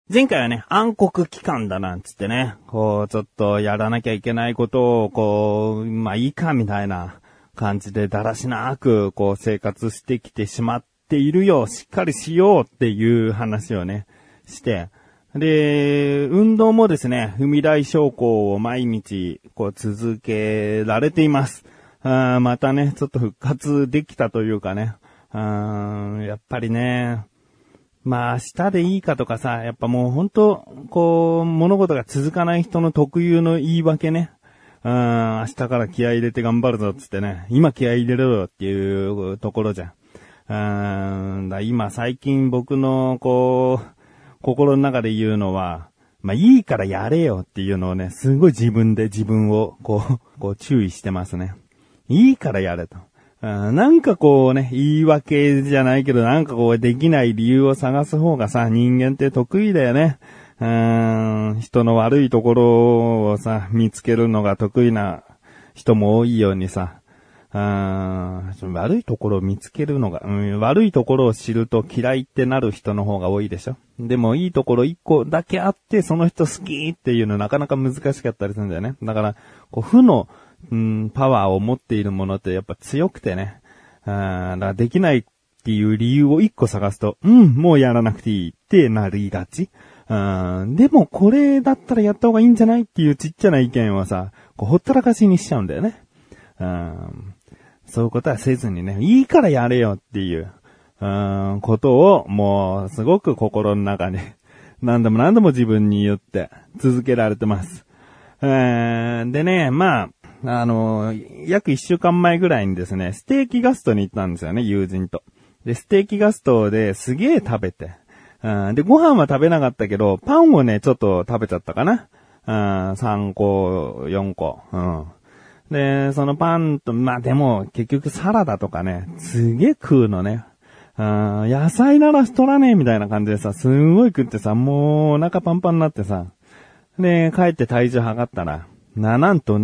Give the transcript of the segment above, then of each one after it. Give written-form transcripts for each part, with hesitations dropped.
前回はね、暗黒期間だなんつってね、こう、ちょっとやらなきゃいけないことを、こう、まあいいかみたいな感じでだらしなく、こう生活してきてしまっているよ、しっかりしようっていう話をね、して、で、運動もですね、踏み台昇降を毎日、こう続けられています。またね、ちょっと復活できたというかね、やっぱりね、まあ明日でいいかとかさ、やっぱもう本当こう、物事が続かない人の特有の言い訳ね。明日から気合い入れて頑張るぞっつってね、今気合い入れろよっていうところじゃん。今最近僕のこう、心の中で言うのは、まあいいからやれよっていうのをね、すごい自分で自分をこう注意してますね。いいからやれと。なんかこうね、言い訳じゃないけど、なんかこうできない理由を探す方がさ、人間って得意だよね。人の悪いところをさ、見つけるのが得意な人も多いようにさ、悪いところを見つけるのが、悪いところを知ると嫌いってなる人の方が多いでしょ。でもいいところ一個だけあって、その人好きっていうのなかなか難しかったりするんだよね。だから、こう負のパワーを持っているものってやっぱ強くてね。だからできないっていう理由を一個探すと、もうやらなくていいってなりがち。でもこれだったらやった方がいいんじゃないっていうちっちゃな意見はさ、こうほったらかしにしちゃうんだよね。そういうことはせずにね、いいからやれよっていう、ことをもうすごく心の中に何度も自分に言って続けられてます。でね、まあ、約1週間前ぐらいにですね、ステーキガストに行ったんですよね、友人と。で、ステーキガストですげえ食べて。で、ご飯は食べなかったけど、パンをね、ちょっと食べちゃったかな。3個、4個。で、そのパンと、まあ、でも、結局サラダとかね、すげえ食うのね。野菜なら太らねえみたいな感じでさ、すんごい食ってさ、もうお腹パンパンになってさ。で、帰って体重測ったら、なんと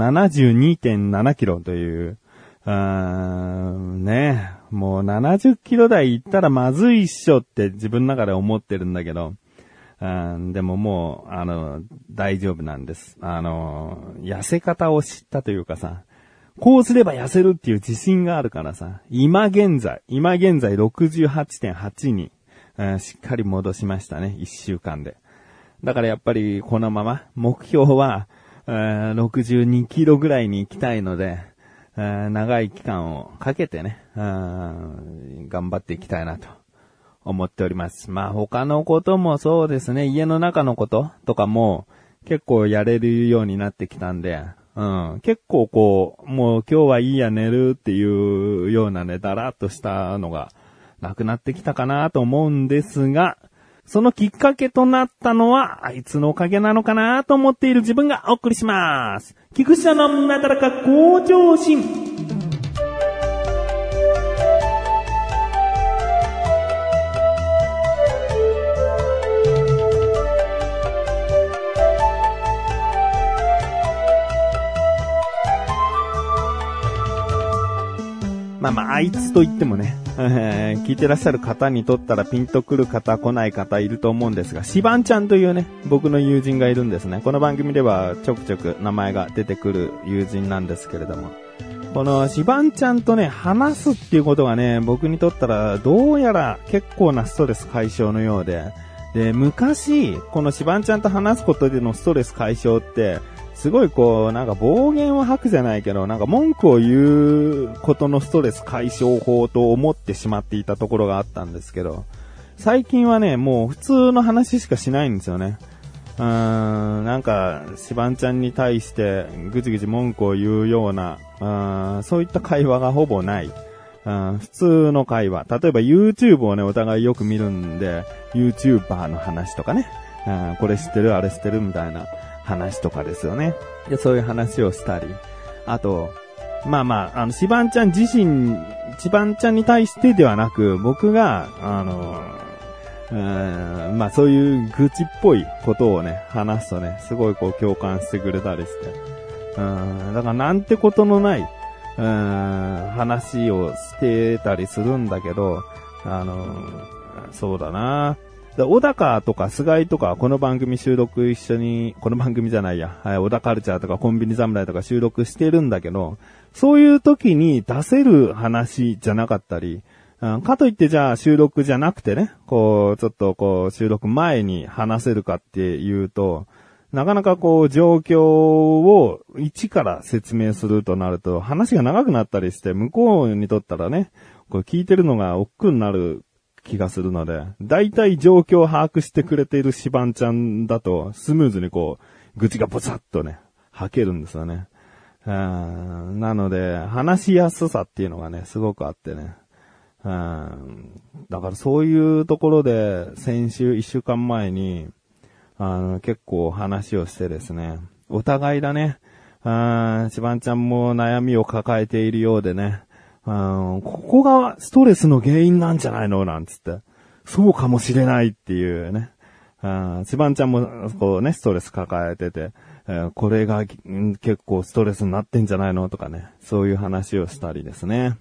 72.7 キロという、ね、もう70キロ台行ったらまずいっしょって自分の中で思ってるんだけど、でももう、大丈夫なんです。痩せ方を知ったというかさ、こうすれば痩せるっていう自信があるからさ、今現在 68.8 に、しっかり戻しましたね、1週間で。だからやっぱりこのまま、目標は、62キロぐらいに行きたいので、長い期間をかけてね、頑張っていきたいなと思っております。まあ他のこともそうですね、家の中のこととかも結構やれるようになってきたんで、結構こう、もう今日はいいや寝るっていうようなね、だらっとしたのがなくなってきたかなと思うんですが、そのきっかけとなったのは、あいつのおかげなのかなと思っている自分がお送りします。菊池のなだらか向上心。まあ、あいつと言ってもね、聞いてらっしゃる方にとったらピンとくる方、来ない方いると思うんですが、シバンちゃんというね、僕の友人がいるんですね。この番組ではちょくちょく名前が出てくる友人なんですけれども、このシバンちゃんとね、話すっていうことがね、僕にとったらどうやら結構なストレス解消のようで、で、昔、このシバンちゃんと話すことでのストレス解消って、すごいこう、なんか暴言を吐くじゃないけど、なんか文句を言うことのストレス解消法と思ってしまっていたところがあったんですけど、最近はね、もう普通の話しかしないんですよね。なんか、シバンちゃんに対してぐちぐち文句を言うような、そういった会話がほぼない。普通の会話。例えば YouTube をね、お互いよく見るんで、YouTuber の話とかね、これ知ってるあれ知ってるみたいな話とかですよね。で、そういう話をしたり。あと、シバンちゃん自身、シバンちゃんに対してではなく、僕が、そういう愚痴っぽいことをね、話すとね、すごいこう共感してくれたりして。だからなんてことのない、話をしてたりするんだけど、そうだな。 で小高とか菅井とかこの番組収録一緒に、この番組じゃないや、小高カルチャーとかコンビニ侍とか収録してるんだけど、そういう時に出せる話じゃなかったり、かといってじゃあ収録じゃなくてね、こう、ちょっとこう収録前に話せるかっていうと、なかなかこう状況を一から説明するとなると話が長くなったりして向こうにとったらね、これ聞いてるのが億劫になる気がするので、だいたい状況を把握してくれているシバンちゃんだとスムーズにこう愚痴がボサッとね、吐けるんですよね。なので話しやすさっていうのがね、すごくあってね。だからそういうところで先週1週間前に結構話をしてですね、お互いだね、しばんちゃんも悩みを抱えているようでね、ここがストレスの原因なんじゃないのなんつって、そうかもしれないっていうね、しばんちゃんもこうね、ストレス抱えてて、これが結構ストレスになってんじゃないのとかね、そういう話をしたりですね。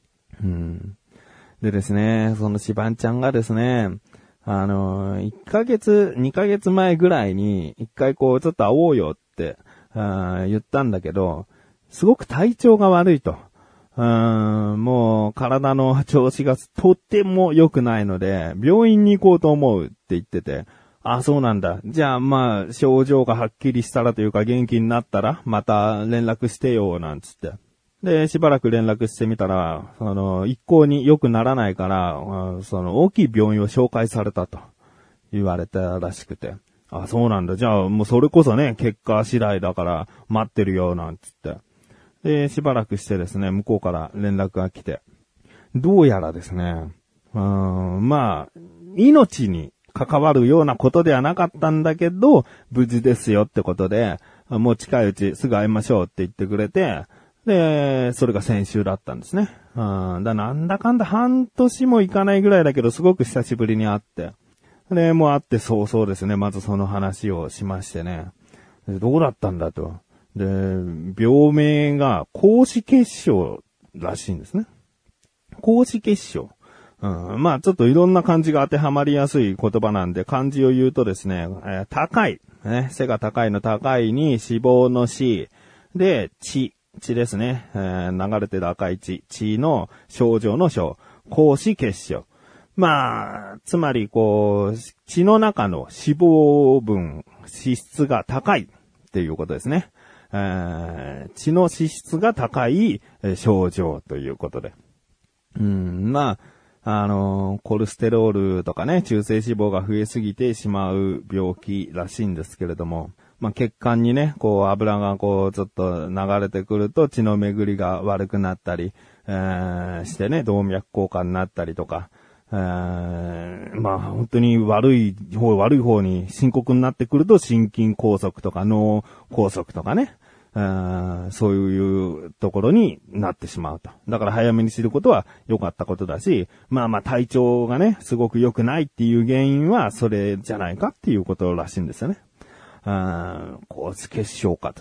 でですね、そのしばんちゃんがですね、1ヶ月、2ヶ月前ぐらいに、一回こう、ちょっと会おうよって、言ったんだけど、すごく体調が悪いと。もう、体の調子がとっても良くないので、病院に行こうと思うって言ってて、あ、そうなんだ。じゃあまあ、症状がはっきりしたらというか元気になったら、また連絡してよ、なんつって。で、しばらく連絡してみたら、一向に良くならないから、大きい病院を紹介されたと言われたらしくて。あ、そうなんだ。じゃあ、もうそれこそね、結果次第だから待ってるよ、なんつって。で、しばらくしてですね、向こうから連絡が来て。どうやらですね、まあ、命に関わるようなことではなかったんだけど、無事ですよってことで、もう近いうちすぐ会いましょうって言ってくれて、で、それが先週だったんですね。なんだかんだ半年もいかないぐらいだけど、すごく久しぶりに会って。で、もう会ってそうですね、まずその話をしましてね。どうだったんだと。で、病名が高脂血症らしいんですね。高脂血症。まあちょっといろんな漢字が当てはまりやすい言葉なんで、漢字を言うとですね、高い。ね、背が高いの高いに脂肪の脂。で、血ですね、流れてる赤い血の症状の症。高脂血症。まあ、つまりこう、血の中の脂肪分、脂質が高いっていうことですね。血の脂質が高い症状ということで。まあ、コルステロールとかね、中性脂肪が増えすぎてしまう病気らしいんですけれども、まあ、血管にね、こう油がこうちょっと流れてくると血の巡りが悪くなったり、してね、動脈硬化になったりとか、まあ本当に悪い方に深刻になってくると心筋梗塞とか脳梗塞とかね、そういうところになってしまうと。だから早めに知ることは良かったことだし、まあ体調がね、すごく良くないっていう原因はそれじゃないかっていうことらしいんですよね。高脂血症かと。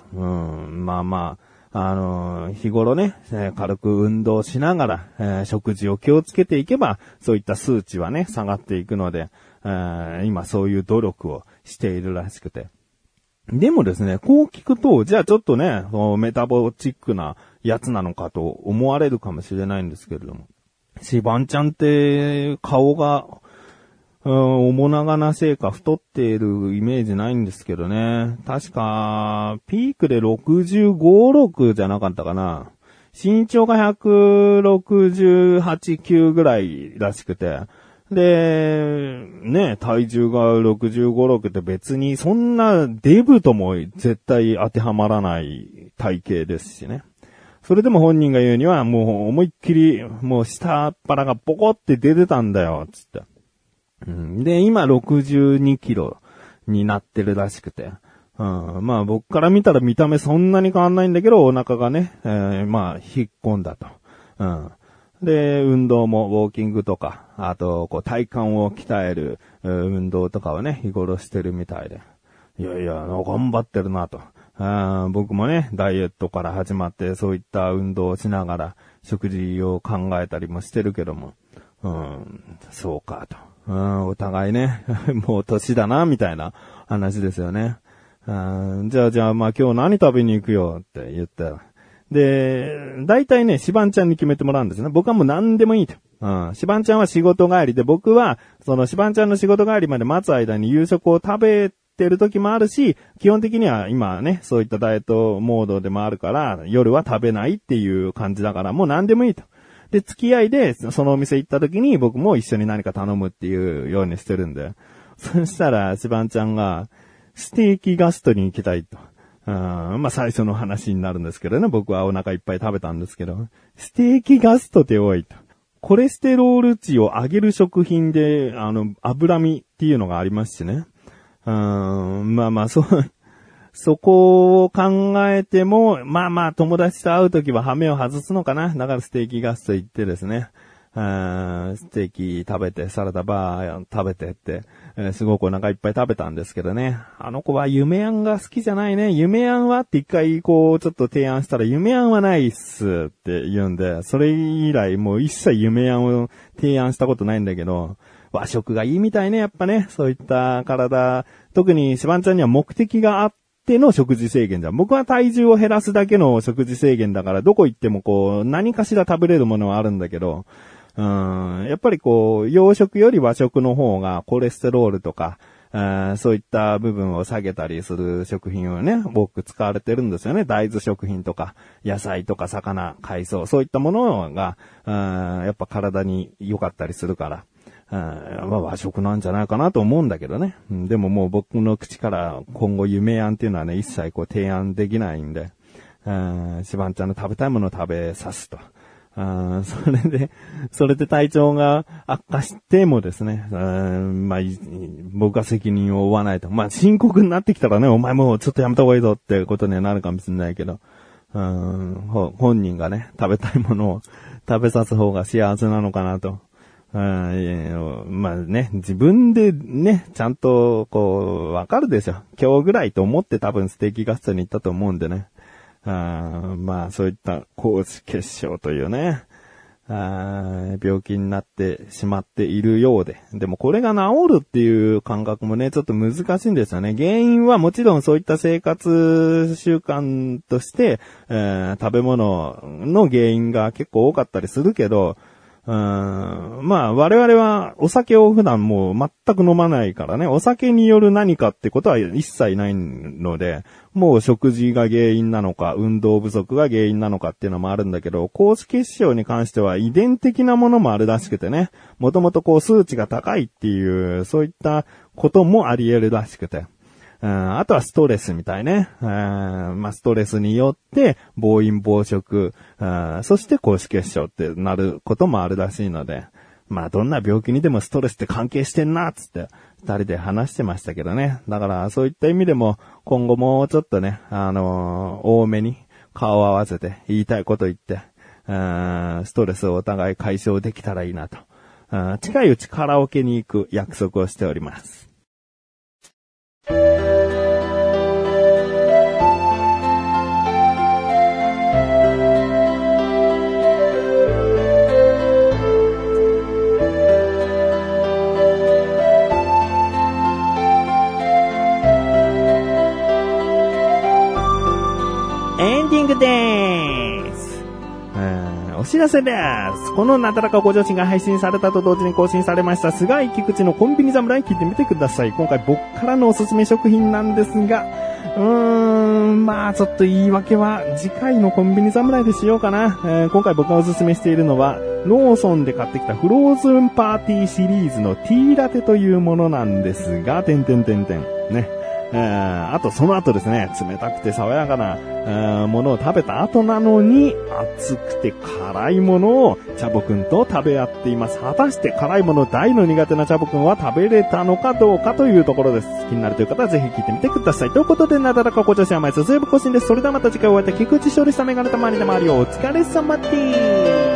日頃ね、軽く運動しながら、食事を気をつけていけば、そういった数値はね、下がっていくので、今そういう努力をしているらしくて。でもですね、こう聞くと、じゃあちょっとね、メタボチックなやつなのかと思われるかもしれないんですけれども。シバンちゃんって顔が、面長なせいか太っているイメージないんですけどね。確か、ピークで65、6じゃなかったかな。身長が168、9ぐらいらしくて。で、ね、体重が65、6って別にそんなデブとも絶対当てはまらない体型ですしね。それでも本人が言うにはもう思いっきりもう下っ腹がボコって出てたんだよ、つって。で、今62キロになってるらしくて。まあ僕から見たら見た目そんなに変わんないんだけど、お腹がね、まあ引っ込んだと。で、運動もウォーキングとか、あとこう体幹を鍛える運動とかをね、日頃してるみたいで。いやいや、頑張ってるなと。僕もね、ダイエットから始まってそういった運動をしながら食事を考えたりもしてるけども。そうかと。 お互いね、もう年だな、みたいな話ですよね。じゃあ、まあ今日何食べに行くよって言ったら。で、大体ね、シバンちゃんに決めてもらうんですね。僕はもう何でもいいと。シバンちゃんは仕事帰りで、僕は、そのシバンちゃんの仕事帰りまで待つ間に夕食を食べてる時もあるし、基本的には今ね、そういったダイエットモードでもあるから、夜は食べないっていう感じだから、もう何でもいいと。で、付き合いで、そのお店行った時に僕も一緒に何か頼むっていうようにしてるんで。そしたら、シバンちゃんが、ステーキガストに行きたいと。まあ最初の話になるんですけどね。僕はお腹いっぱい食べたんですけど。ステーキガストって多いと。コレステロール値を上げる食品で、脂身っていうのがありますしね。まあ、そこを考えても、まあ友達と会うときは羽目を外すのかな。だからステーキガスト行ってですね。ステーキ食べて、サラダバー食べてって、すごくお腹いっぱい食べたんですけどね。あの子は夢あんが好きじゃないね。夢あんはって一回こうちょっと提案したら夢あんはないっすって言うんで、それ以来もう一切夢あんを提案したことないんだけど、和食がいいみたいね、やっぱね。そういった体、特にシバンちゃんには目的があっての食事制限じゃん。僕は体重を減らすだけの食事制限だからどこ行ってもこう何かしら食べれるものはあるんだけど、やっぱりこう、洋食より和食の方がコレステロールとか、そういった部分を下げたりする食品をね、多く使われてるんですよね。大豆食品とか、野菜とか魚、海藻、そういったものが、やっぱ体に良かったりするから、まあ和食なんじゃないかなと思うんだけどね。でももう僕の口から今後夢案っていうのはね、一切こう提案できないんで、シバンちゃんの食べたいものを食べさすと。それで体調が悪化してもですね、まあ、僕は責任を負わないと。まあ、深刻になってきたらね、お前もうちょっとやめた方がいいぞってことにはなるかもしれないけど、本人がね、食べたいものを食べさす方が幸せなのかなと。まあね、自分でね、ちゃんとこう、わかるでしょ。今日ぐらいと思って多分ステーキガストに行ったと思うんでね。まあそういった高脂血症というね、病気になってしまっているようで。でもこれが治るっていう感覚もね、ちょっと難しいんですよね。原因はもちろんそういった生活習慣として、食べ物の原因が結構多かったりするけど、まあ我々はお酒を普段もう全く飲まないからね、お酒による何かってことは一切ないので、もう食事が原因なのか、運動不足が原因なのかっていうのもあるんだけど、高脂血症に関しては遺伝的なものもあるらしくてね、もともとこう数値が高いっていう、そういったこともあり得るらしくて。あとはストレスみたいね。まあ、ストレスによって、暴飲暴食、そして高脂血症ってなることもあるらしいので、まあ、どんな病気にでもストレスって関係してんな、つって、二人で話してましたけどね。だから、そういった意味でも、今後もうちょっとね、多めに顔を合わせて言いたいこと言って、ストレスをお互い解消できたらいいなと。近いうちカラオケに行く約束をしております。エンディングでーす。お知らせです。このなだらかご女子が配信されたと同時に更新されました菅井菊池のコンビニ侍聞いてみてください。今回僕からのおすすめ食品なんですが、まあちょっと言い訳は次回のコンビニ侍でしようかな。今回僕がおすすめしているのはローソンで買ってきたフローズンパーティーシリーズのティーラテというものなんですが、ね。あとその後ですね、冷たくて爽やかなものを食べた後なのに熱くて辛いものをチャボくんと食べ合っています。果たして辛いもの大の苦手なチャボくんは食べれたのかどうかというところです。気になるという方はぜひ聞いてみてください。ということで、なだらかご女子は毎週水曜日更新です。それではまた次回お会いいたい菊池勝利したメガネたまわりでもあるよ。お疲れ様です。